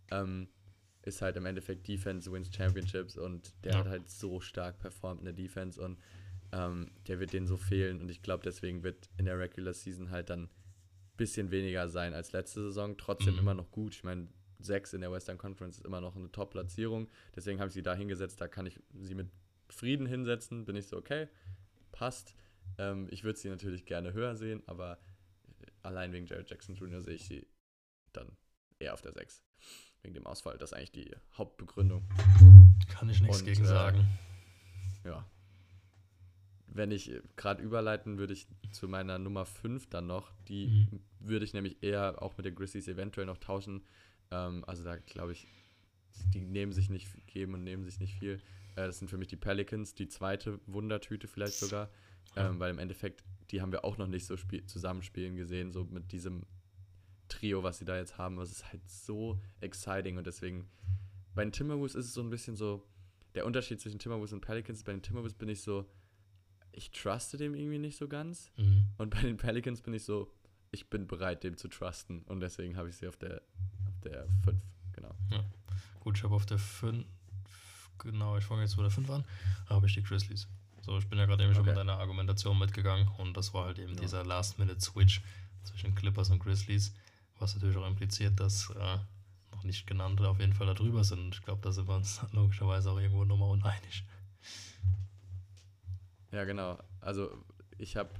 ist halt im Endeffekt Defense wins Championships und der hat halt so stark performt in der Defense und der wird denen so fehlen und ich glaube, deswegen wird in der Regular Season halt dann ein bisschen weniger sein als letzte Saison, trotzdem immer noch gut. Ich meine, 6 in der Western Conference ist immer noch eine Top-Platzierung, deswegen habe ich sie da hingesetzt, da kann ich sie mit Frieden hinsetzen, bin ich so, okay, passt. Ich würde sie natürlich gerne höher sehen, aber allein wegen Jared Jackson Jr. sehe ich sie dann eher auf der 6. Wegen dem Ausfall, das ist eigentlich die Hauptbegründung. Kann ich nichts gegen sagen. Ja. Wenn ich gerade überleiten, würde ich zu meiner Nummer 5 dann noch, die würde ich nämlich eher auch mit den Grizzlies eventuell noch tauschen. Also da glaube ich, die nehmen sich nicht viel. Das sind für mich die Pelicans, die zweite Wundertüte vielleicht sogar, weil im Endeffekt, die haben wir auch noch nicht so zusammenspielen gesehen, so mit diesem Trio, was sie da jetzt haben. Das ist halt so exciting und deswegen, bei den Timberwolves ist es so ein bisschen so, der Unterschied zwischen Timberwolves und Pelicans, bei den Timberwolves bin ich so, ich truste dem irgendwie nicht so ganz und bei den Pelicans bin ich so, ich bin bereit, dem zu trusten und deswegen habe ich sie auf der 5, genau. Ja. Gut, ich habe auf der 5, genau, ich fange jetzt mit der 5 an, habe ich die Grizzlies. So, ich bin ja gerade eben schon mit deiner Argumentation mitgegangen und das war halt eben dieser Last-Minute-Switch zwischen Clippers und Grizzlies, was natürlich auch impliziert, dass noch nicht genannte auf jeden Fall da drüber sind. Ich glaube, da sind wir uns logischerweise auch irgendwo nochmal uneinig. Ja, genau. Also ich habe,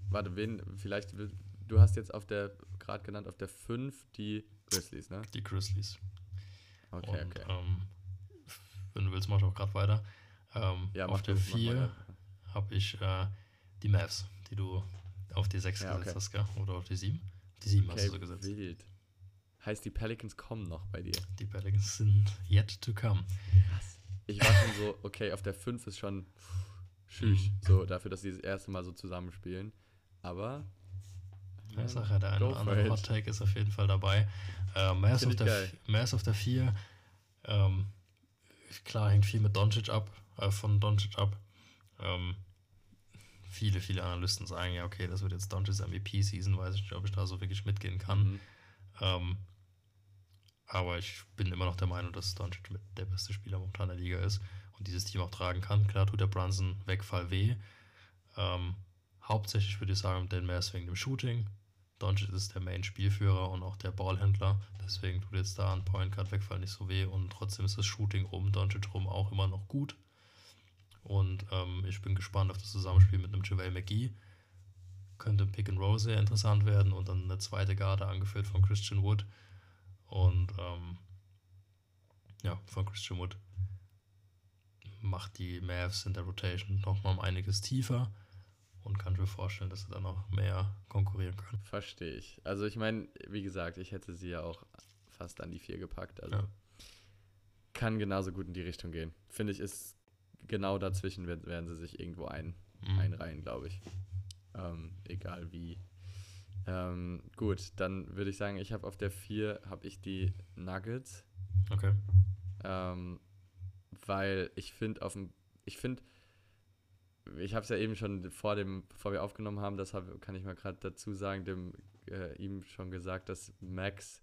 du hast jetzt gerade genannt, auf der 5 die Grizzlies, ne? Die Grizzlies. Okay. Wenn du willst, mach ich auch gerade weiter. Auf der 4 habe ich die Mavs, die du auf die 6 gesetzt hast, gell? Oder auf die 7? Die 7 hast du so gesetzt. Wild. Heißt, die Pelicans kommen noch bei dir? Die Pelicans sind yet to come. Krass. Ich war schon so, okay, auf der 5 ist schon so dafür, dass sie das erste Mal so zusammenspielen. Aber Ich sag ja, der eine Go oder for andere it. Hot Take ist auf jeden Fall dabei. Mavs Find ich geil. auf der 4. Klar, hängt viel mit Doncic ab, von Doncic ab. Viele Analysten sagen, ja, okay, das wird jetzt Doncic's MVP-Season, weiß ich nicht, ob ich da so wirklich mitgehen kann. Mhm. Aber ich bin immer noch der Meinung, dass Doncic mit der beste Spieler momentan der Liga ist und dieses Team auch tragen kann. Klar tut der Brunson-Wegfall weh. Hauptsächlich würde ich sagen, den Mavs wegen dem Shooting. Doncic ist der Main-Spielführer und auch der Ballhändler. Deswegen tut jetzt da ein Point Guard Wegfall nicht so weh. Und trotzdem ist das Shooting um Doncic rum auch immer noch gut. Und ich bin gespannt auf das Zusammenspiel mit einem JaVale McGee. Könnte im Pick and Roll sehr interessant werden. Und dann eine zweite Garde angeführt von Christian Wood. Und von Christian Wood macht die Mavs in der Rotation nochmal um einiges tiefer. Und kann mir vorstellen, dass sie dann noch mehr konkurrieren können. Verstehe ich. Also ich meine, wie gesagt, ich hätte sie ja auch fast an die 4 gepackt. Also kann genauso gut in die Richtung gehen. Finde ich, ist genau dazwischen werden sie sich irgendwo einreihen, glaube ich. Egal wie. Gut, dann würde ich sagen, ich habe auf der 4 die Nuggets. Okay. Weil ich finde, ich habe es ja eben schon bevor wir aufgenommen haben, kann ich mal gerade dazu sagen, ihm schon gesagt, dass Max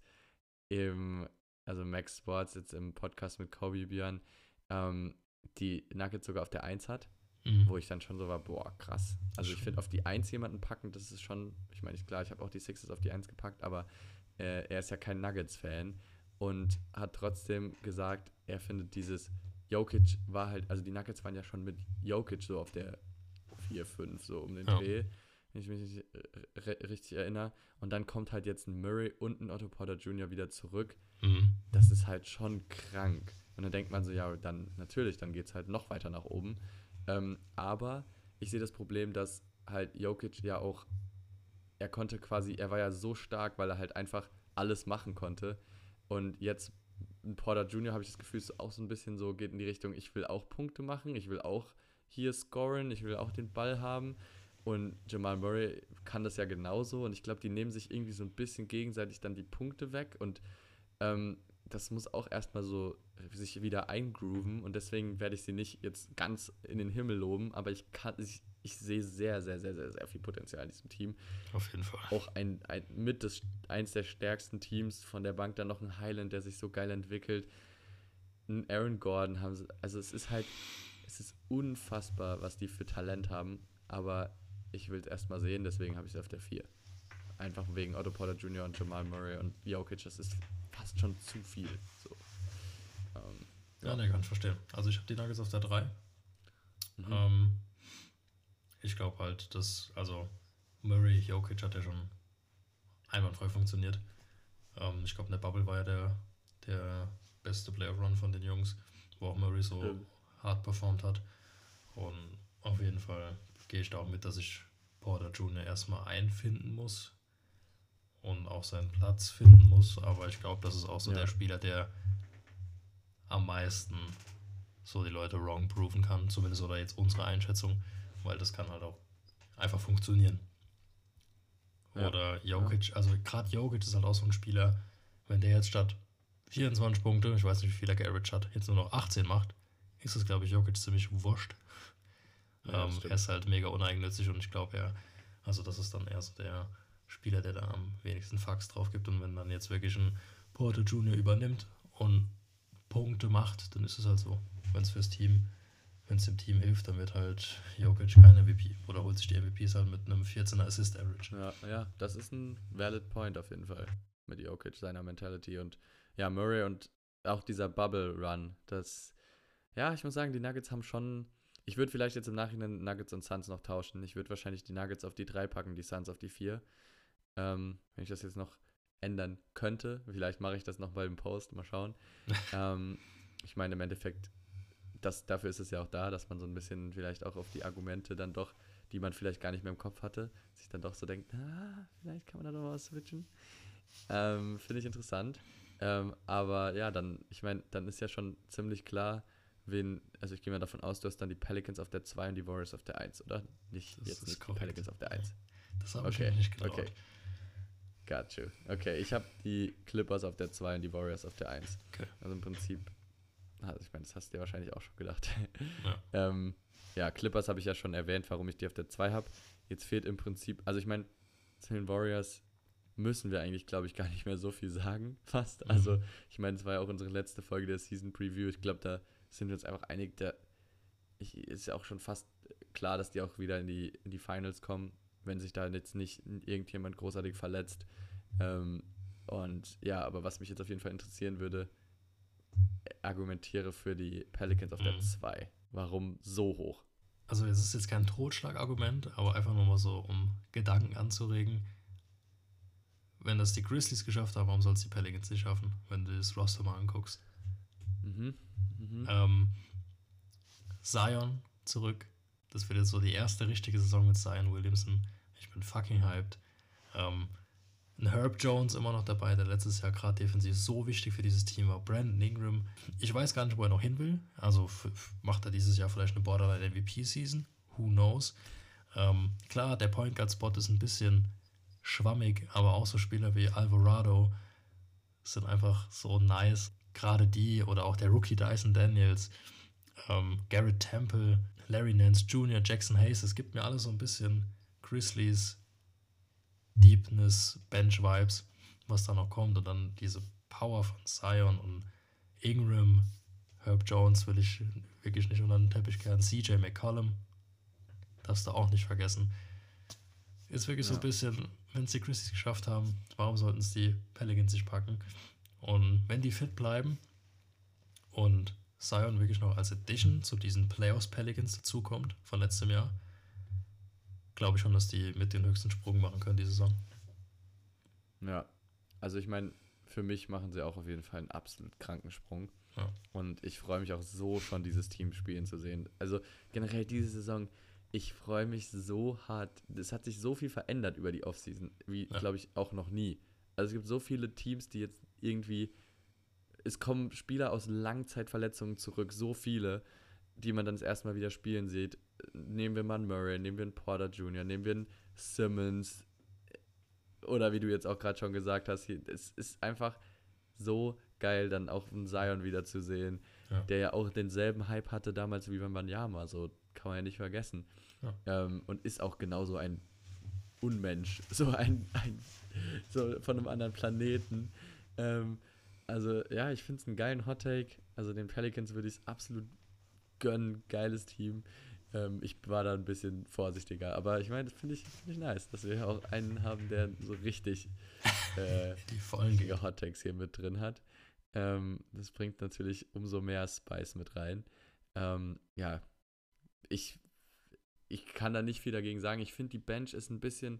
Sports jetzt im Podcast mit Kobe Björn, die Nuggets sogar auf der 1 hat, wo ich dann schon so war, boah, krass. Also ich finde, auf die 1 jemanden packen, das ist schon, ich meine, klar, ich habe auch die Sixers auf die 1 gepackt, aber er ist ja kein Nuggets-Fan und hat trotzdem gesagt, er findet dieses Jokic war halt, also die Nuggets waren ja schon mit Jokic so auf der 4, 5, so um den Dreh, wenn ich mich nicht richtig erinnere. Und dann kommt halt jetzt ein Murray und ein Otto Porter Jr. wieder zurück. Das ist halt schon krank. Und dann denkt man so, ja, dann natürlich, dann geht es halt noch weiter nach oben. Aber ich sehe das Problem, dass halt Jokic ja auch, er war ja so stark, weil er halt einfach alles machen konnte. Und jetzt Porter Jr. habe ich das Gefühl, ist auch so ein bisschen so, geht in die Richtung, ich will auch Punkte machen, ich will auch hier scoren, ich will auch den Ball haben. Und Jamal Murray kann das ja genauso. Und ich glaube, die nehmen sich irgendwie so ein bisschen gegenseitig dann die Punkte weg. Und das muss auch erstmal so sich wieder eingrooven. Und deswegen werde ich sie nicht jetzt ganz in den Himmel loben. Aber ich sehe sehr, sehr, sehr, sehr, sehr viel Potenzial in diesem Team. Auf jeden Fall. Auch eins der stärksten Teams von der Bank, dann noch ein Highland, der sich so geil entwickelt. Ein Aaron Gordon haben sie. Also es ist unfassbar, was die für Talent haben. Aber ich will es erstmal sehen, deswegen habe ich es auf der 4. Einfach wegen Otto Porter Jr. und Jamal Murray und Jokic, das ist fast schon zu viel. So. Ja, kann ich verstehen. Also ich habe die Nuggets auf der 3. Ich glaube halt, dass, also Murray, Jokic hat ja schon einwandfrei funktioniert. Ich glaube, in der Bubble war ja der beste Playoff-Run von den Jungs, wo auch Murray so hart performt hat. Und auf jeden Fall gehe ich da auch mit, dass ich Porter Jr. erstmal einfinden muss und auch seinen Platz finden muss. Aber ich glaube, das ist auch so der Spieler, der am meisten so die Leute wrong proven kann, zumindest oder jetzt unsere Einschätzung, weil das kann halt auch einfach funktionieren. Ja. Oder Jokic, also gerade Jokic ist halt auch so ein Spieler, wenn der jetzt statt 24 Punkte, ich weiß nicht, wie viel er geaveraged hat, jetzt nur noch 18 macht, ist es, glaube ich, Jokic ziemlich wurscht. Er ist halt mega uneigennützig und ich glaube, das ist dann eher so der Spieler, der da am wenigsten Fax drauf gibt. Und wenn dann jetzt wirklich ein Porter Jr. übernimmt und Punkte macht, dann ist es halt so. Wenn es dem Team hilft, dann wird halt Jokic kein MVP oder holt sich die MVPs halt mit einem 14er Assist Average. Ja, das ist ein valid point auf jeden Fall mit Jokic, seiner Mentality und ja, Murray und auch dieser Bubble Run, ich muss sagen, die Nuggets haben schon, ich würde vielleicht jetzt im Nachhinein Nuggets und Suns noch tauschen. Ich würde wahrscheinlich die Nuggets auf die 3 packen, die Suns auf die 4. Wenn ich das jetzt noch ändern könnte, vielleicht mache ich das noch beim Post, mal schauen. Ich meine, im Endeffekt, dafür ist es ja auch da, dass man so ein bisschen vielleicht auch auf die Argumente dann doch, die man vielleicht gar nicht mehr im Kopf hatte, sich dann doch so denkt, vielleicht kann man da noch was switchen. Finde ich interessant. Aber ja, dann ist ja schon ziemlich klar, ich gehe mal davon aus, du hast dann die Pelicans auf der 2 und die Warriors auf der 1, oder? Nicht die Pelicans auf der 1. Das habe ich mir nicht getraut. Okay. Got you. Okay, ich habe die Clippers auf der 2 und die Warriors auf der 1. Okay. Also im Prinzip, ich meine, das hast du dir wahrscheinlich auch schon gedacht. Ja. Ja, Clippers habe ich ja schon erwähnt, warum ich die auf der 2 habe. Jetzt fehlt im Prinzip, also ich meine, zu den Warriors müssen wir eigentlich, glaube ich, gar nicht mehr so viel sagen, fast. Also ich meine, es war ja auch unsere letzte Folge der Season Preview. Ich glaube, da sind wir uns einfach einig, ist ja auch schon fast klar, dass die auch wieder in die Finals kommen, wenn sich da jetzt nicht irgendjemand großartig verletzt. Und ja, aber was mich jetzt auf jeden Fall interessieren würde, argumentiere für die Pelicans auf der 2. Warum so hoch? Also es ist jetzt kein Totschlagargument, aber einfach nur mal so, um Gedanken anzuregen. Wenn das die Grizzlies geschafft haben, warum soll es die Pelicans nicht schaffen, wenn du das Roster mal anguckst? Zion zurück. Das wird jetzt so die erste richtige Saison mit Zion Williamson. Ich bin fucking hyped. Ein Herb Jones immer noch dabei, der letztes Jahr gerade defensiv so wichtig für dieses Team war. Brandon Ingram. Ich weiß gar nicht, wo er noch hin will. Also macht er dieses Jahr vielleicht eine Borderline MVP-Season? Who knows? Klar, der Point Guard-Spot ist ein bisschen schwammig, aber auch so Spieler wie Alvarado sind einfach so nice. Gerade die oder auch der Rookie Dyson Daniels, Garrett Temple, Larry Nance Jr., Jackson Hayes. Es gibt mir alles so ein bisschen Grizzlies Deepness, Bench-Vibes, was da noch kommt. Und dann diese Power von Zion und Ingram, Herb Jones will ich wirklich nicht unter den Teppich kehren. CJ McCollum, darfst du auch nicht vergessen. Ist wirklich so ein bisschen, wenn es die Grizzlies geschafft haben, warum sollten es die Pelicans sich packen? Und wenn die fit bleiben und Zion wirklich noch als Addition zu diesen Playoffs-Pelicans dazukommt von letztem Jahr, glaube ich schon, dass die mit den höchsten Sprung machen können diese Saison. Ja, also ich meine, für mich machen sie auch auf jeden Fall einen absolut kranken Sprung. Ja. Und ich freue mich auch so schon, dieses Team spielen zu sehen. Also generell diese Saison, ich freue mich so hart. Es hat sich so viel verändert über die Offseason, wie, glaube ich, auch noch nie. Also es gibt so viele Teams, die jetzt irgendwie, es kommen Spieler aus Langzeitverletzungen zurück, so viele, die man dann das erste Mal wieder spielen sieht. Nehmen wir mal einen Murray, nehmen wir einen Porter Jr., nehmen wir einen Simmons oder wie du jetzt auch gerade schon gesagt hast, es ist einfach so geil, dann auch einen Zion wieder zu sehen, der ja auch denselben Hype hatte damals wie Wembanyama, so kann man ja nicht vergessen. Ja. Und ist auch genauso ein Unmensch, so so von einem anderen Planeten. Also ja, ich finde es einen geilen Hot-Take, also den Pelicans würde ich es absolut gönnen, geiles Team. Ich war da ein bisschen vorsichtiger, aber ich meine, das finde ich nice, dass wir auch einen haben, der so richtig die vollen Hot Takes hier mit drin hat. Das bringt natürlich umso mehr Spice mit rein. Ja, ich kann da nicht viel dagegen sagen. Ich finde, die Bench ist ein bisschen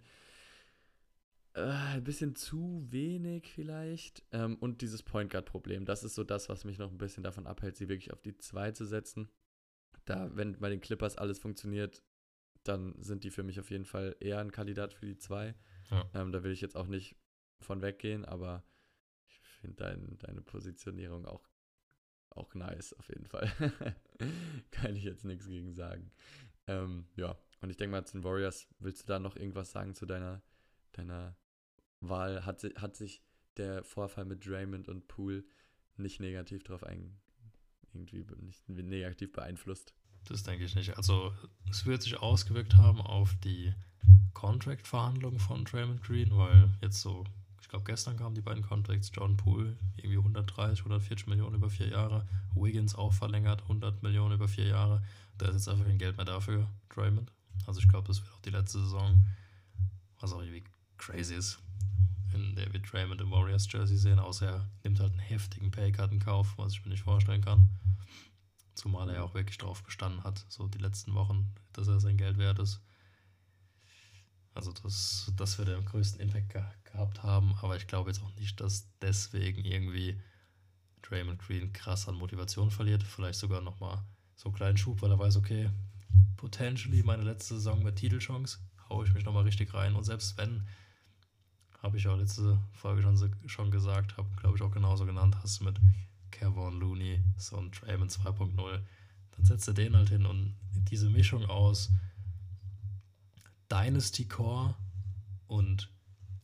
zu wenig vielleicht. Und dieses Point Guard Problem, das ist so das, was mich noch ein bisschen davon abhält, sie wirklich auf die 2 zu setzen. Da, wenn bei den Clippers alles funktioniert, dann sind die für mich auf jeden Fall eher ein Kandidat für die 2. Ja. Da will ich jetzt auch nicht von weggehen, aber ich finde deine Positionierung auch nice auf jeden Fall. Kann ich jetzt nichts gegen sagen. Ja, und ich denke mal, zu den Warriors, willst du da noch irgendwas sagen zu deiner Wahl? Hat sich der Vorfall mit Draymond und Poole nicht negativ nicht negativ beeinflusst? Das denke ich nicht. Also es wird sich ausgewirkt haben auf die Contract-Verhandlungen von Draymond Green, weil jetzt so, ich glaube gestern kamen die beiden Contracts, John Poole irgendwie 130, 140 Millionen über 4 Jahre, Wiggins auch verlängert, 100 Millionen über 4 Jahre. Da ist jetzt einfach kein Geld mehr dafür, Draymond. Also ich glaube, das wird auch die letzte Saison, was auch irgendwie crazy ist, in der wir Draymond im Warriors-Jersey sehen, außer er nimmt halt einen heftigen Paycut in Kauf, was ich mir nicht vorstellen kann. Zumal er ja auch wirklich drauf bestanden hat, so die letzten Wochen, dass er sein Geld wert ist. Also das wird er am größten Impact gehabt haben, aber ich glaube jetzt auch nicht, dass deswegen irgendwie Draymond Green krass an Motivation verliert. Vielleicht sogar nochmal so einen kleinen Schub, weil er weiß, okay, potentially meine letzte Saison mit Titelchance, haue ich mich nochmal richtig rein. Und selbst wenn, habe ich auch letzte Folge schon gesagt, habe glaube ich auch genauso genannt, hast du mit Kevon Looney, so ein Draymond 2.0, dann setzt er den halt hin und diese Mischung aus Dynasty Core und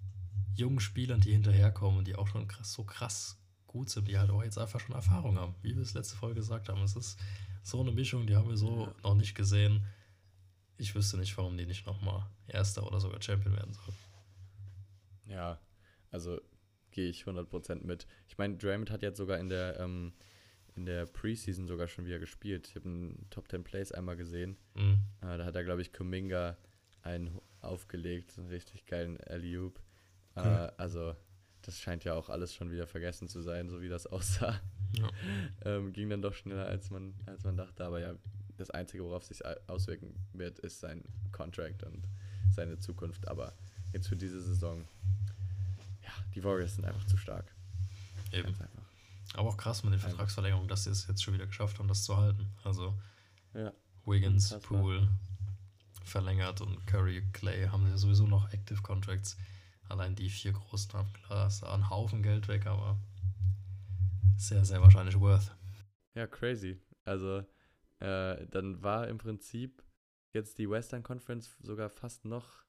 jungen Spielern, die hinterherkommen und die auch schon so krass gut sind, die halt auch jetzt einfach schon Erfahrung haben. Wie wir es letzte Folge gesagt haben, es ist so eine Mischung, die haben wir so noch nicht gesehen. Ich wüsste nicht, warum die nicht nochmal Erster oder sogar Champion werden soll. Ja, also gehe ich 100% mit. Ich meine, Draymond hat jetzt sogar in der Preseason sogar schon wieder gespielt. Ich habe einen Top 10 Plays einmal gesehen. Da hat er, glaube ich, Kuminga einen aufgelegt, einen richtig geilen Alley-Oop. Also das scheint ja auch alles schon wieder vergessen zu sein, so wie das aussah. Ja. Ging dann doch schneller, als man dachte. Aber ja, das Einzige, worauf es sich auswirken wird, ist sein Contract und seine Zukunft. Aber jetzt für diese Saison, ja, die Warriors sind einfach zu stark. Eben. Ganz einfach. Aber auch krass mit den Vertragsverlängerungen, dass sie es jetzt schon wieder geschafft haben, das zu halten. Also ja, Wiggins, Poole verlängert und Curry, Clay haben ja sowieso noch Active Contracts. Allein die 4 großen haben, klar, ist da ein Haufen Geld weg, aber sehr, sehr wahrscheinlich worth. Ja, crazy. Also dann war im Prinzip jetzt die Western Conference sogar fast noch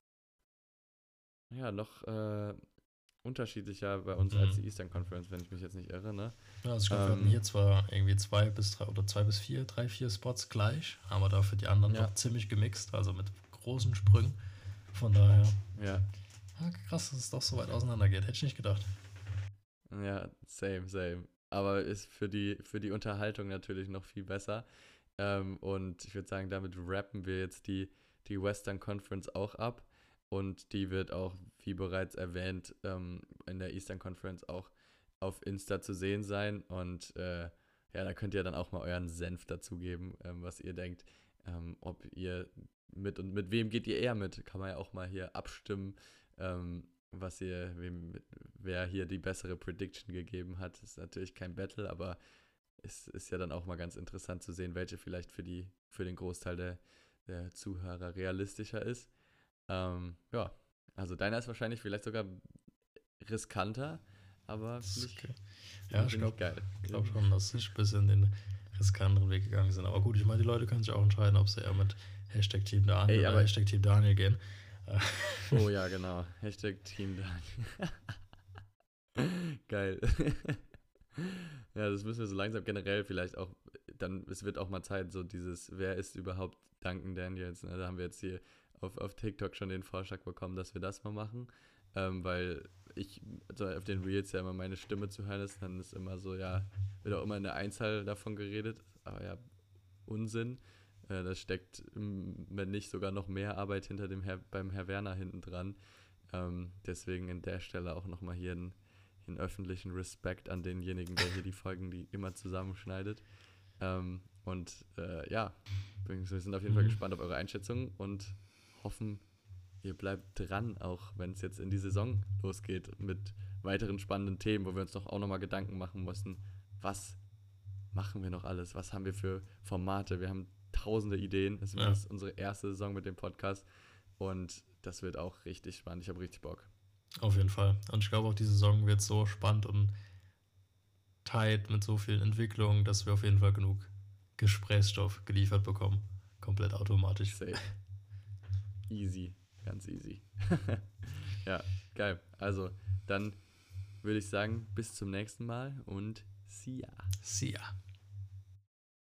unterschiedlicher bei uns als die Eastern Conference, wenn ich mich jetzt nicht irre, ne? Ja, also ich glaube, wir hatten hier zwar irgendwie 2 bis 3 oder 2 bis 4, 3, 4 Spots gleich, aber dafür die anderen noch ziemlich gemixt, also mit großen Sprüngen. Von daher, ja, krass, dass es doch so weit auseinander geht. Hätte ich nicht gedacht. Ja, same. Aber ist für die Unterhaltung natürlich noch viel besser. Und ich würde sagen, damit rappen wir jetzt die Western Conference auch ab. Und die wird auch, wie bereits erwähnt, in der Eastern Conference auch auf Insta zu sehen sein. Und da könnt ihr dann auch mal euren Senf dazugeben, was ihr denkt, ob ihr mit wem geht ihr eher mit? Kann man ja auch mal hier abstimmen, wer hier die bessere Prediction gegeben hat. Ist natürlich kein Battle, aber es ist ja dann auch mal ganz interessant zu sehen, welche vielleicht für den Großteil der Zuhörer realistischer ist. Also deiner ist wahrscheinlich vielleicht sogar riskanter, aber ich glaube schon, dass ich ein bisschen den riskanteren Weg gegangen sind. Aber gut, ich meine, die Leute können sich auch entscheiden, ob sie eher mit Hashtag Team Daniel oder Hashtag Team Daniel gehen. Oh ja, genau. Hashtag Team Daniel. Geil. Ja, das müssen wir so langsam generell vielleicht auch, dann, es wird auch mal Zeit, so dieses, wer ist überhaupt Duncan Daniels? Ne? Da haben wir jetzt hier auf TikTok schon den Vorschlag bekommen, dass wir das mal machen, weil auf den Reels ja immer meine Stimme zu hören ist, dann ist immer so, ja, wird auch immer in der Einzahl davon geredet, aber ja, Unsinn. Da steckt, wenn nicht sogar noch mehr Arbeit hinter beim Herr Werner hinten dran. Deswegen an der Stelle auch nochmal hier einen öffentlichen Respekt an denjenigen, der hier die Folgen, die immer zusammenschneidet. Wir sind auf jeden Fall gespannt auf eure Einschätzungen und hoffen, ihr bleibt dran, auch wenn es jetzt in die Saison losgeht mit weiteren spannenden Themen, wo wir uns auch nochmal Gedanken machen müssen, was machen wir noch alles, was haben wir für Formate, wir haben tausende Ideen, das ist unsere erste Saison mit dem Podcast und das wird auch richtig spannend, ich habe richtig Bock. Auf jeden Fall. Und ich glaube auch, die Saison wird so spannend und tight mit so vielen Entwicklungen, dass wir auf jeden Fall genug Gesprächsstoff geliefert bekommen. Komplett automatisch. Safe. Easy. Ganz easy. Ja, geil. Also, dann würde ich sagen, bis zum nächsten Mal und see ya. See ya.